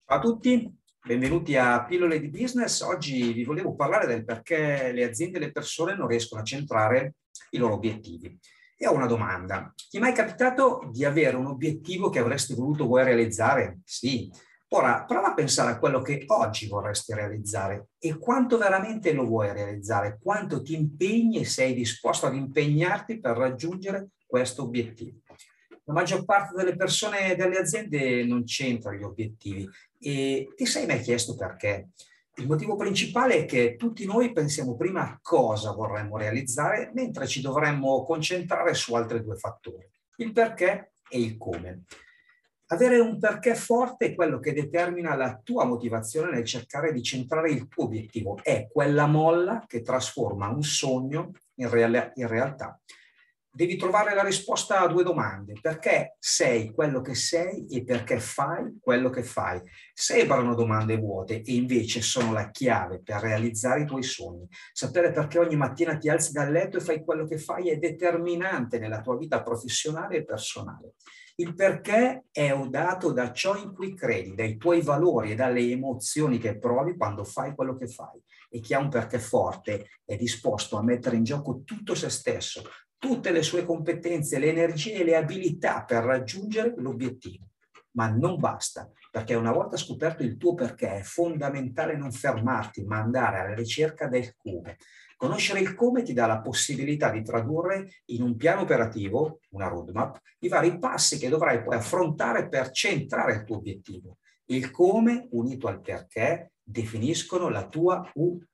Ciao a tutti, benvenuti a Pillole di Business. Oggi vi volevo parlare del perché le aziende e le persone non riescono a centrare i loro obiettivi. E ho una domanda. Ti è mai capitato di avere un obiettivo che avresti voluto voi realizzare? Sì. Ora, prova a pensare a quello che oggi vorresti realizzare e quanto veramente lo vuoi realizzare, quanto ti impegni e sei disposto ad impegnarti per raggiungere questo obiettivo. La maggior parte delle persone e delle aziende non centra gli obiettivi. E ti sei mai chiesto perché? Il motivo principale è che tutti noi pensiamo prima a cosa vorremmo realizzare, mentre ci dovremmo concentrare su altri due fattori, il perché e il come. Avere un perché forte è quello che determina la tua motivazione nel cercare di centrare il tuo obiettivo. È quella molla che trasforma un sogno in realtà. Devi trovare la risposta a due domande: perché sei quello che sei e perché fai quello che fai. Sembrano domande vuote e invece sono la chiave per realizzare i tuoi sogni. Sapere perché ogni mattina ti alzi dal letto e fai quello che fai è determinante nella tua vita professionale e personale. Il perché è dato da ciò in cui credi, dai tuoi valori e dalle emozioni che provi quando fai quello che fai. E chi ha un perché forte è disposto a mettere in gioco tutto se stesso, tutte le sue competenze, le energie e le abilità per raggiungere l'obiettivo. Ma non basta, perché una volta scoperto il tuo perché è fondamentale non fermarti, ma andare alla ricerca del come. Conoscere il come ti dà la possibilità di tradurre in un piano operativo, una roadmap, i vari passi che dovrai poi affrontare per centrare il tuo obiettivo. Il come, unito al perché, definiscono la tua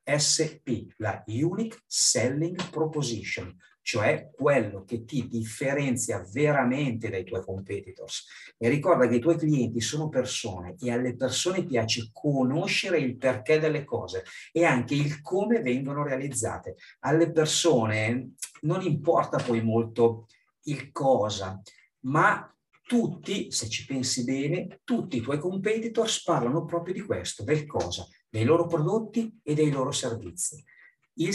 USP, la Unique Selling Proposition, cioè quello che ti differenzia veramente dai tuoi competitors. E ricorda che i tuoi clienti sono persone e alle persone piace conoscere il perché delle cose e anche il come vengono realizzate. Alle persone non importa poi molto il cosa, ma tutti, se ci pensi bene, tutti i tuoi competitors parlano proprio di questo, del cosa, dei loro prodotti e dei loro servizi. Il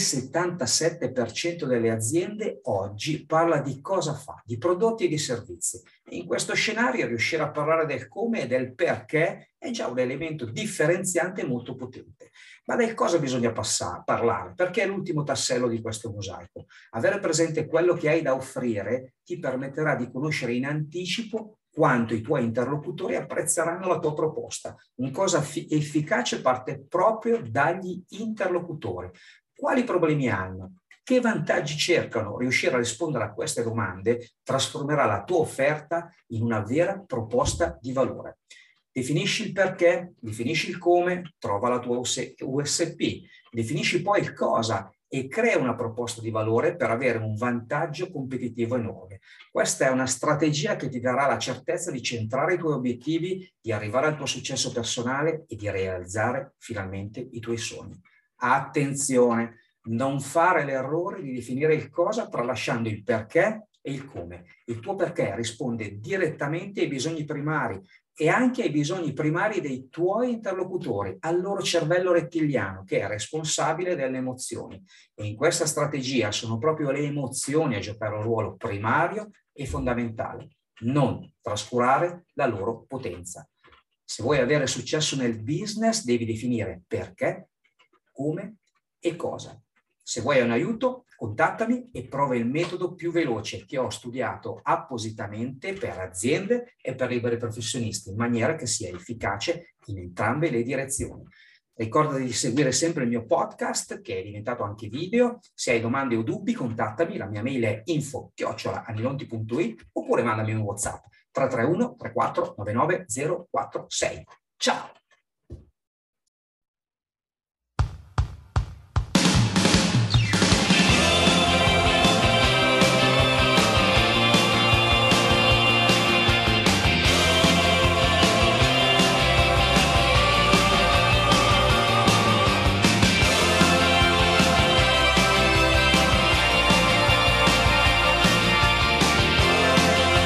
77% delle aziende oggi parla di cosa fa, di prodotti e di servizi. E in questo scenario riuscire a parlare del come e del perché è già un elemento differenziante molto potente. Ma del cosa bisogna parlare? Perché è l'ultimo tassello di questo mosaico. Avere presente quello che hai da offrire ti permetterà di conoscere in anticipo quanto i tuoi interlocutori apprezzeranno la tua proposta. Una cosa efficace parte proprio dagli interlocutori. Quali problemi hanno? Che vantaggi cercano? Riuscire a rispondere a queste domande trasformerà la tua offerta in una vera proposta di valore. Definisci il perché, definisci il come, trova la tua USP, definisci poi il cosa e crea una proposta di valore per avere un vantaggio competitivo enorme. Questa è una strategia che ti darà la certezza di centrare i tuoi obiettivi, di arrivare al tuo successo personale e di realizzare finalmente i tuoi sogni. Attenzione, non fare l'errore di definire il cosa tralasciando il perché e il come. Il tuo perché risponde direttamente ai bisogni primari e anche ai bisogni primari dei tuoi interlocutori, al loro cervello rettiliano che è responsabile delle emozioni. E in questa strategia sono proprio le emozioni a giocare un ruolo primario e fondamentale. Non trascurare la loro potenza. Se vuoi avere successo nel business, devi definire perché, come e cosa. Se vuoi un aiuto, contattami e prova il metodo più veloce che ho studiato appositamente per aziende e per liberi professionisti, in maniera che sia efficace in entrambe le direzioni. Ricorda di seguire sempre il mio podcast, che è diventato anche video. Se hai domande o dubbi, contattami. La mia mail è info@anilonti.it oppure mandami un WhatsApp 331 34 99 046. Ciao!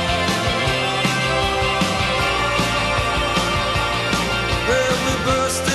Well, we burst